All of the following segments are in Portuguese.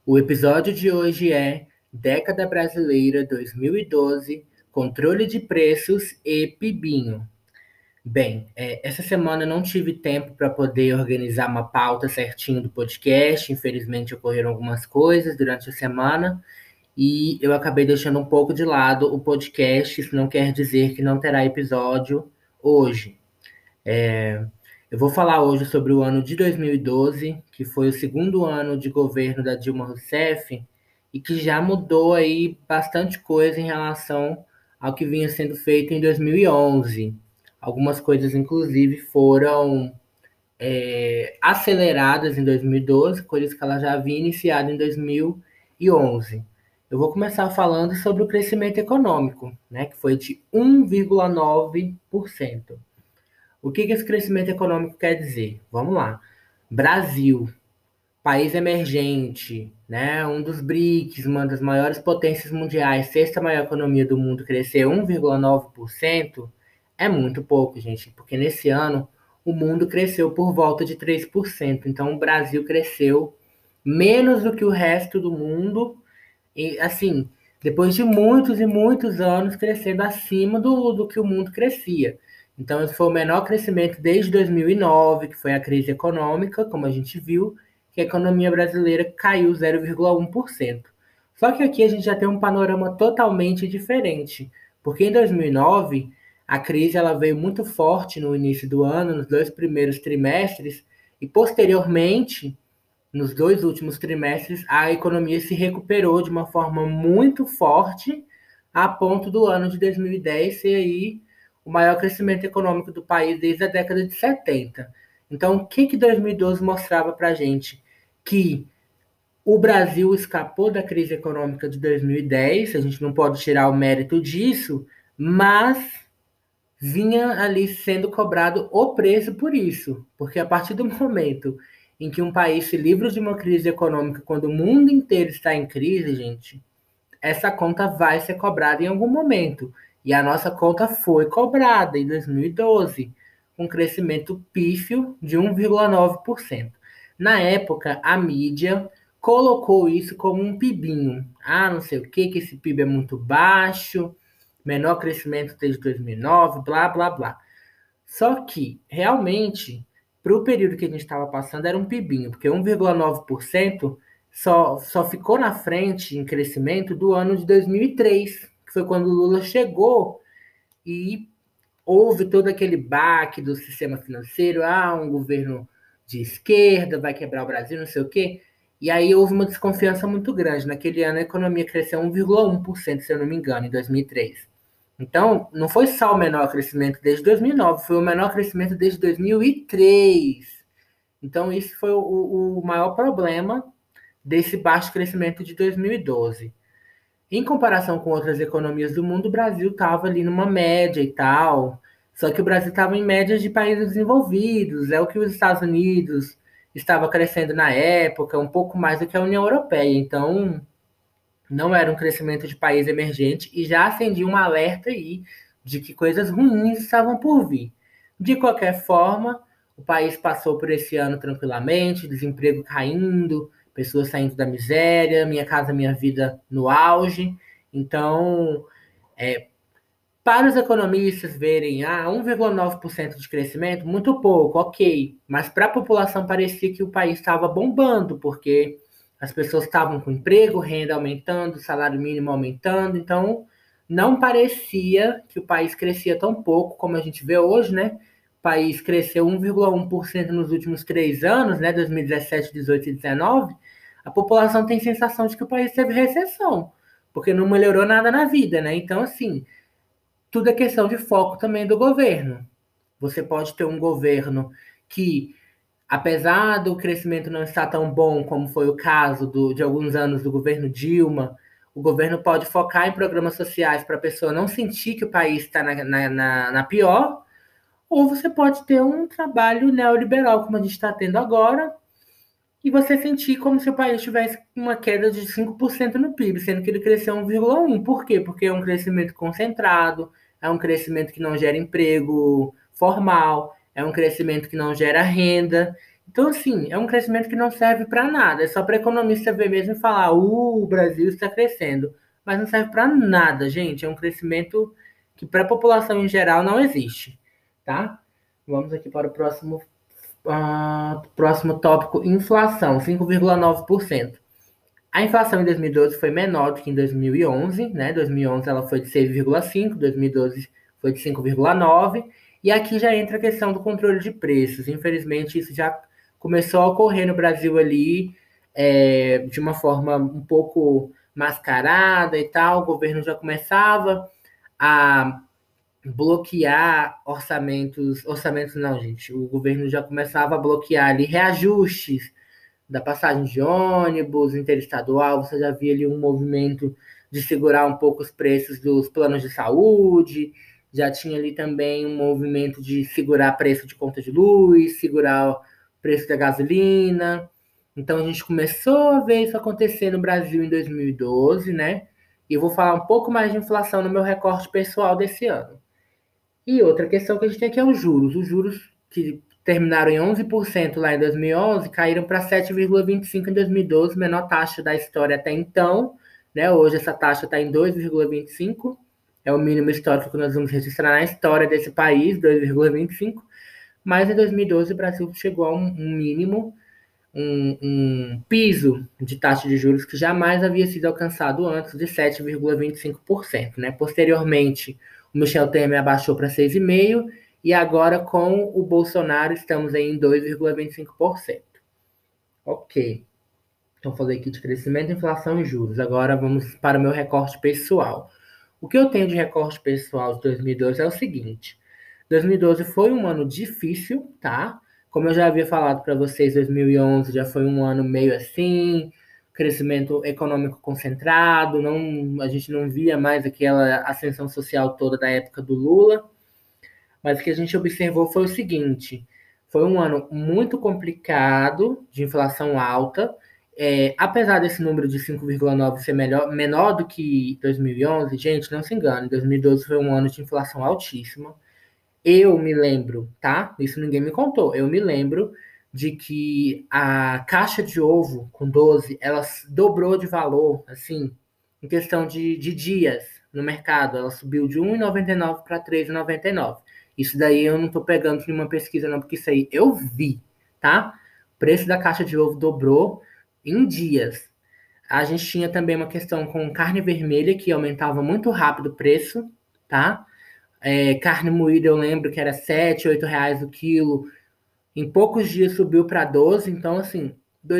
O episódio de hoje é Década Brasileira 2012, Controle de Preços e PIBinho. Bem, essa semana eu não tive tempo para poder organizar uma pauta certinho do podcast. Infelizmente ocorreram algumas coisas durante a semana e eu acabei deixando um pouco de lado o podcast. Isso não quer dizer que não terá episódio hoje. Eu vou falar hoje sobre o ano de 2012, que foi o segundo ano de governo da Dilma Rousseff e que já mudou aí bastante coisa em relação ao que vinha sendo feito em 2011. Algumas coisas, inclusive, foram aceleradas em 2012, coisas que ela já havia iniciado em 2011. Eu vou começar falando sobre o crescimento econômico, né, que foi de 1,9%. O que esse crescimento econômico quer dizer? Vamos lá. Brasil, país emergente, né? Um dos BRICS, uma das maiores potências mundiais, sexta maior economia do mundo, crescer 1,9% é muito pouco, gente, porque nesse ano o mundo cresceu por volta de 3%. Então o Brasil cresceu menos do que o resto do mundo e assim, depois de muitos e muitos anos crescendo acima do que o mundo crescia. Então, esse foi o menor crescimento desde 2009, que foi a crise econômica, como a gente viu, que a economia brasileira caiu 0,1%. Só que aqui a gente já tem um panorama totalmente diferente, porque em 2009 a crise ela veio muito forte no início do ano, nos dois primeiros trimestres, e posteriormente nos dois últimos trimestres, a economia se recuperou de uma forma muito forte, a ponto do ano de 2010 ser aí o maior crescimento econômico do país desde a década de 70. Então, o que 2012 mostrava para a gente? Que o Brasil escapou da crise econômica de 2010, a gente não pode tirar o mérito disso, mas vinha ali sendo cobrado o preço por isso, porque a partir do momento em que um país se livra de uma crise econômica, quando o mundo inteiro está em crise, gente, essa conta vai ser cobrada em algum momento. E a nossa conta foi cobrada em 2012, com um crescimento pífio de 1,9%. Na época, a mídia colocou isso como um pibinho. Ah, não sei o que esse PIB é muito baixo, menor crescimento desde 2009, blá, blá, blá. Só que, realmente, para o período que a gente estava passando, era um pibinho, porque 1,9% só ficou na frente em crescimento do ano de 2003, que foi quando o Lula chegou e houve todo aquele baque do sistema financeiro, um governo de esquerda vai quebrar o Brasil, não sei o quê. E aí houve uma desconfiança muito grande. Naquele ano a economia cresceu 1,1%, se eu não me engano, em 2003. Então, não foi só o menor crescimento desde 2009, foi o menor crescimento desde 2003. Então, isso foi o maior problema desse baixo crescimento de 2012. Em comparação com outras economias do mundo, o Brasil estava ali numa média e tal. Só que o Brasil estava em médias de países desenvolvidos, é o que os Estados Unidos estava crescendo na época, um pouco mais do que a União Europeia. Então, não era um crescimento de país emergente e já acendia um alerta aí de que coisas ruins estavam por vir. De qualquer forma, o país passou por esse ano tranquilamente, desemprego caindo, pessoas saindo da miséria, Minha Casa Minha Vida no auge. Então, para os economistas verem 1,9% de crescimento, muito pouco, ok. Mas para a população parecia que o país estava bombando, porque as pessoas estavam com emprego, renda aumentando, salário mínimo aumentando, então não parecia que o país crescia tão pouco como a gente vê hoje, né? O país cresceu 1,1% nos últimos 3 anos, né? 2017, 18 e 19. A população tem sensação de que o país teve recessão, porque não melhorou nada na vida, né? Então, assim, tudo é questão de foco também do governo. Você pode ter um governo que, apesar do crescimento não estar tão bom como foi o caso de alguns anos do governo Dilma, o governo pode focar em programas sociais para a pessoa não sentir que o país está na pior, ou você pode ter um trabalho neoliberal, como a gente está tendo agora, e você sentir como se o país tivesse uma queda de 5% no PIB, sendo que ele cresceu 1,1%. Por quê? Porque é um crescimento concentrado, é um crescimento que não gera emprego formal, é um crescimento que não gera renda. Então, assim, é um crescimento que não serve para nada. É só para economista ver mesmo e falar, o Brasil está crescendo. Mas não serve para nada, gente. É um crescimento que para a população em geral não existe, tá? Vamos aqui para o próximo tópico, inflação, 5,9%. A inflação em 2012 foi menor do que em 2011, né? 2011 ela foi de 6,5, 2012 foi de 5,9. E aqui já entra a questão do controle de preços. Infelizmente, isso já começou a ocorrer no Brasil ali, de uma forma um pouco mascarada e tal. O governo já começava a bloquear orçamentos não, gente. O governo já começava a bloquear ali reajustes da passagem de ônibus interestadual, você já via ali um movimento de segurar um pouco os preços dos planos de saúde, já tinha ali também um movimento de segurar preço de conta de luz, segurar o preço da gasolina. Então a gente começou a ver isso acontecer no Brasil em 2012, né? E eu vou falar um pouco mais de inflação no meu recorte pessoal desse ano. E outra questão que a gente tem aqui é os juros. Os juros que terminaram em 11% lá em 2011 caíram para 7,25% em 2012, menor taxa da história até então. Né? Hoje essa taxa está em 2,25%. É o mínimo histórico que nós vamos registrar na história desse país, 2,25%. Mas em 2012 o Brasil chegou a um mínimo, um piso de taxa de juros que jamais havia sido alcançado antes de 7,25%. Né? Posteriormente, o Michel Temer abaixou para 6,5% e agora com o Bolsonaro estamos aí em 2,25%. Ok. Então, falei aqui de crescimento, inflação e juros. Agora vamos para o meu recorte pessoal. O que eu tenho de recorte pessoal de 2012 é o seguinte: 2012 foi um ano difícil, tá? Como eu já havia falado para vocês, 2011 já foi um ano meio assim, crescimento econômico concentrado, não, a gente não via mais aquela ascensão social toda da época do Lula, mas o que a gente observou foi o seguinte: foi um ano muito complicado, de inflação alta. Apesar desse número de 5,9 ser menor do que 2011, gente, não se engane, 2012 foi um ano de inflação altíssima. Eu me lembro, tá? Isso ninguém me contou. Eu me lembro de que a caixa de ovo com 12, ela dobrou de valor, assim, em questão de dias no mercado. Ela subiu de 1,99 para 3,99. Isso daí eu não tô pegando de nenhuma pesquisa, não, porque isso aí eu vi, tá? O preço da caixa de ovo dobrou em dias. A gente tinha também uma questão com carne vermelha, que aumentava muito rápido o preço, tá? Carne moída eu lembro que era 7, 8 reais o quilo. Em poucos dias subiu para 12. Então, assim,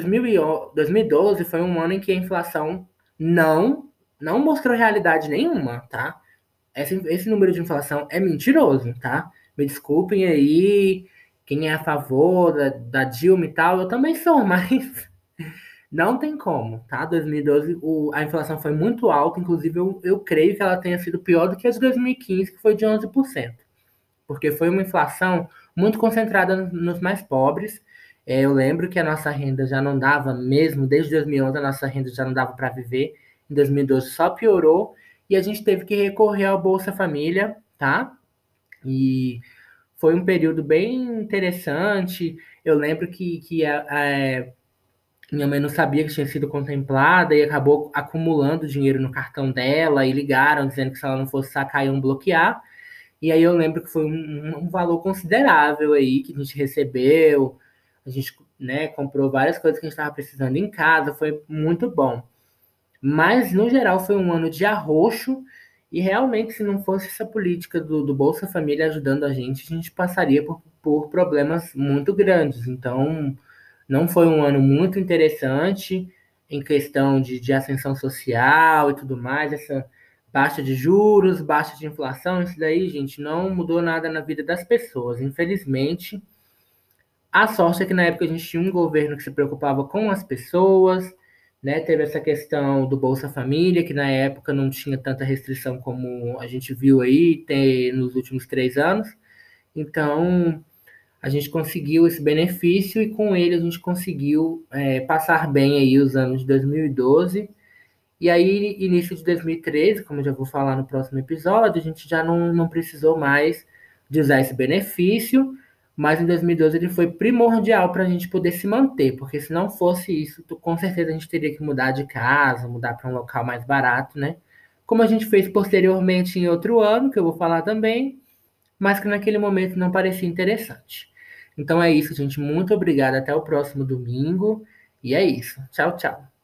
2012 foi um ano em que a inflação não mostrou realidade nenhuma, tá? Esse número de inflação é mentiroso, tá? Me desculpem aí, quem é a favor da Dilma e tal, eu também sou, mas não tem como, tá? 2012, a inflação foi muito alta, inclusive eu creio que ela tenha sido pior do que a de 2015, que foi de 11%, porque foi uma inflação muito concentrada nos mais pobres. Eu lembro que a nossa renda já não dava, mesmo desde 2011, a nossa renda já não dava para viver. Em 2012 só piorou e a gente teve que recorrer ao Bolsa Família, tá? E foi um período bem interessante. Eu lembro que minha mãe não sabia que tinha sido contemplada e acabou acumulando dinheiro no cartão dela e ligaram dizendo que se ela não fosse sacar iam bloquear. E aí eu lembro que foi um valor considerável aí que a gente recebeu. A gente, né, comprou várias coisas que a gente estava precisando em casa, foi muito bom. Mas, no geral, foi um ano de arroxo e realmente, se não fosse essa política do Bolsa Família ajudando a gente passaria por problemas muito grandes. Então, não foi um ano muito interessante em questão de ascensão social e tudo mais, essa baixa de juros, baixa de inflação, isso daí, gente, não mudou nada na vida das pessoas. Infelizmente, a sorte é que na época a gente tinha um governo que se preocupava com as pessoas, né? Teve essa questão do Bolsa Família, que na época não tinha tanta restrição como a gente viu aí ter nos últimos 3 anos. Então, a gente conseguiu esse benefício e com ele a gente conseguiu passar bem aí os anos de 2012. E aí, início de 2013, como eu já vou falar no próximo episódio, a gente já não precisou mais de usar esse benefício. mas em 2012 ele foi primordial para a gente poder se manter, porque se não fosse isso, com certeza a gente teria que mudar de casa, mudar para um local mais barato, né? Como a gente fez posteriormente em outro ano, que eu vou falar também, mas que naquele momento não parecia interessante. Então é isso, gente. Muito obrigado. Até o próximo domingo. E é isso. Tchau, tchau.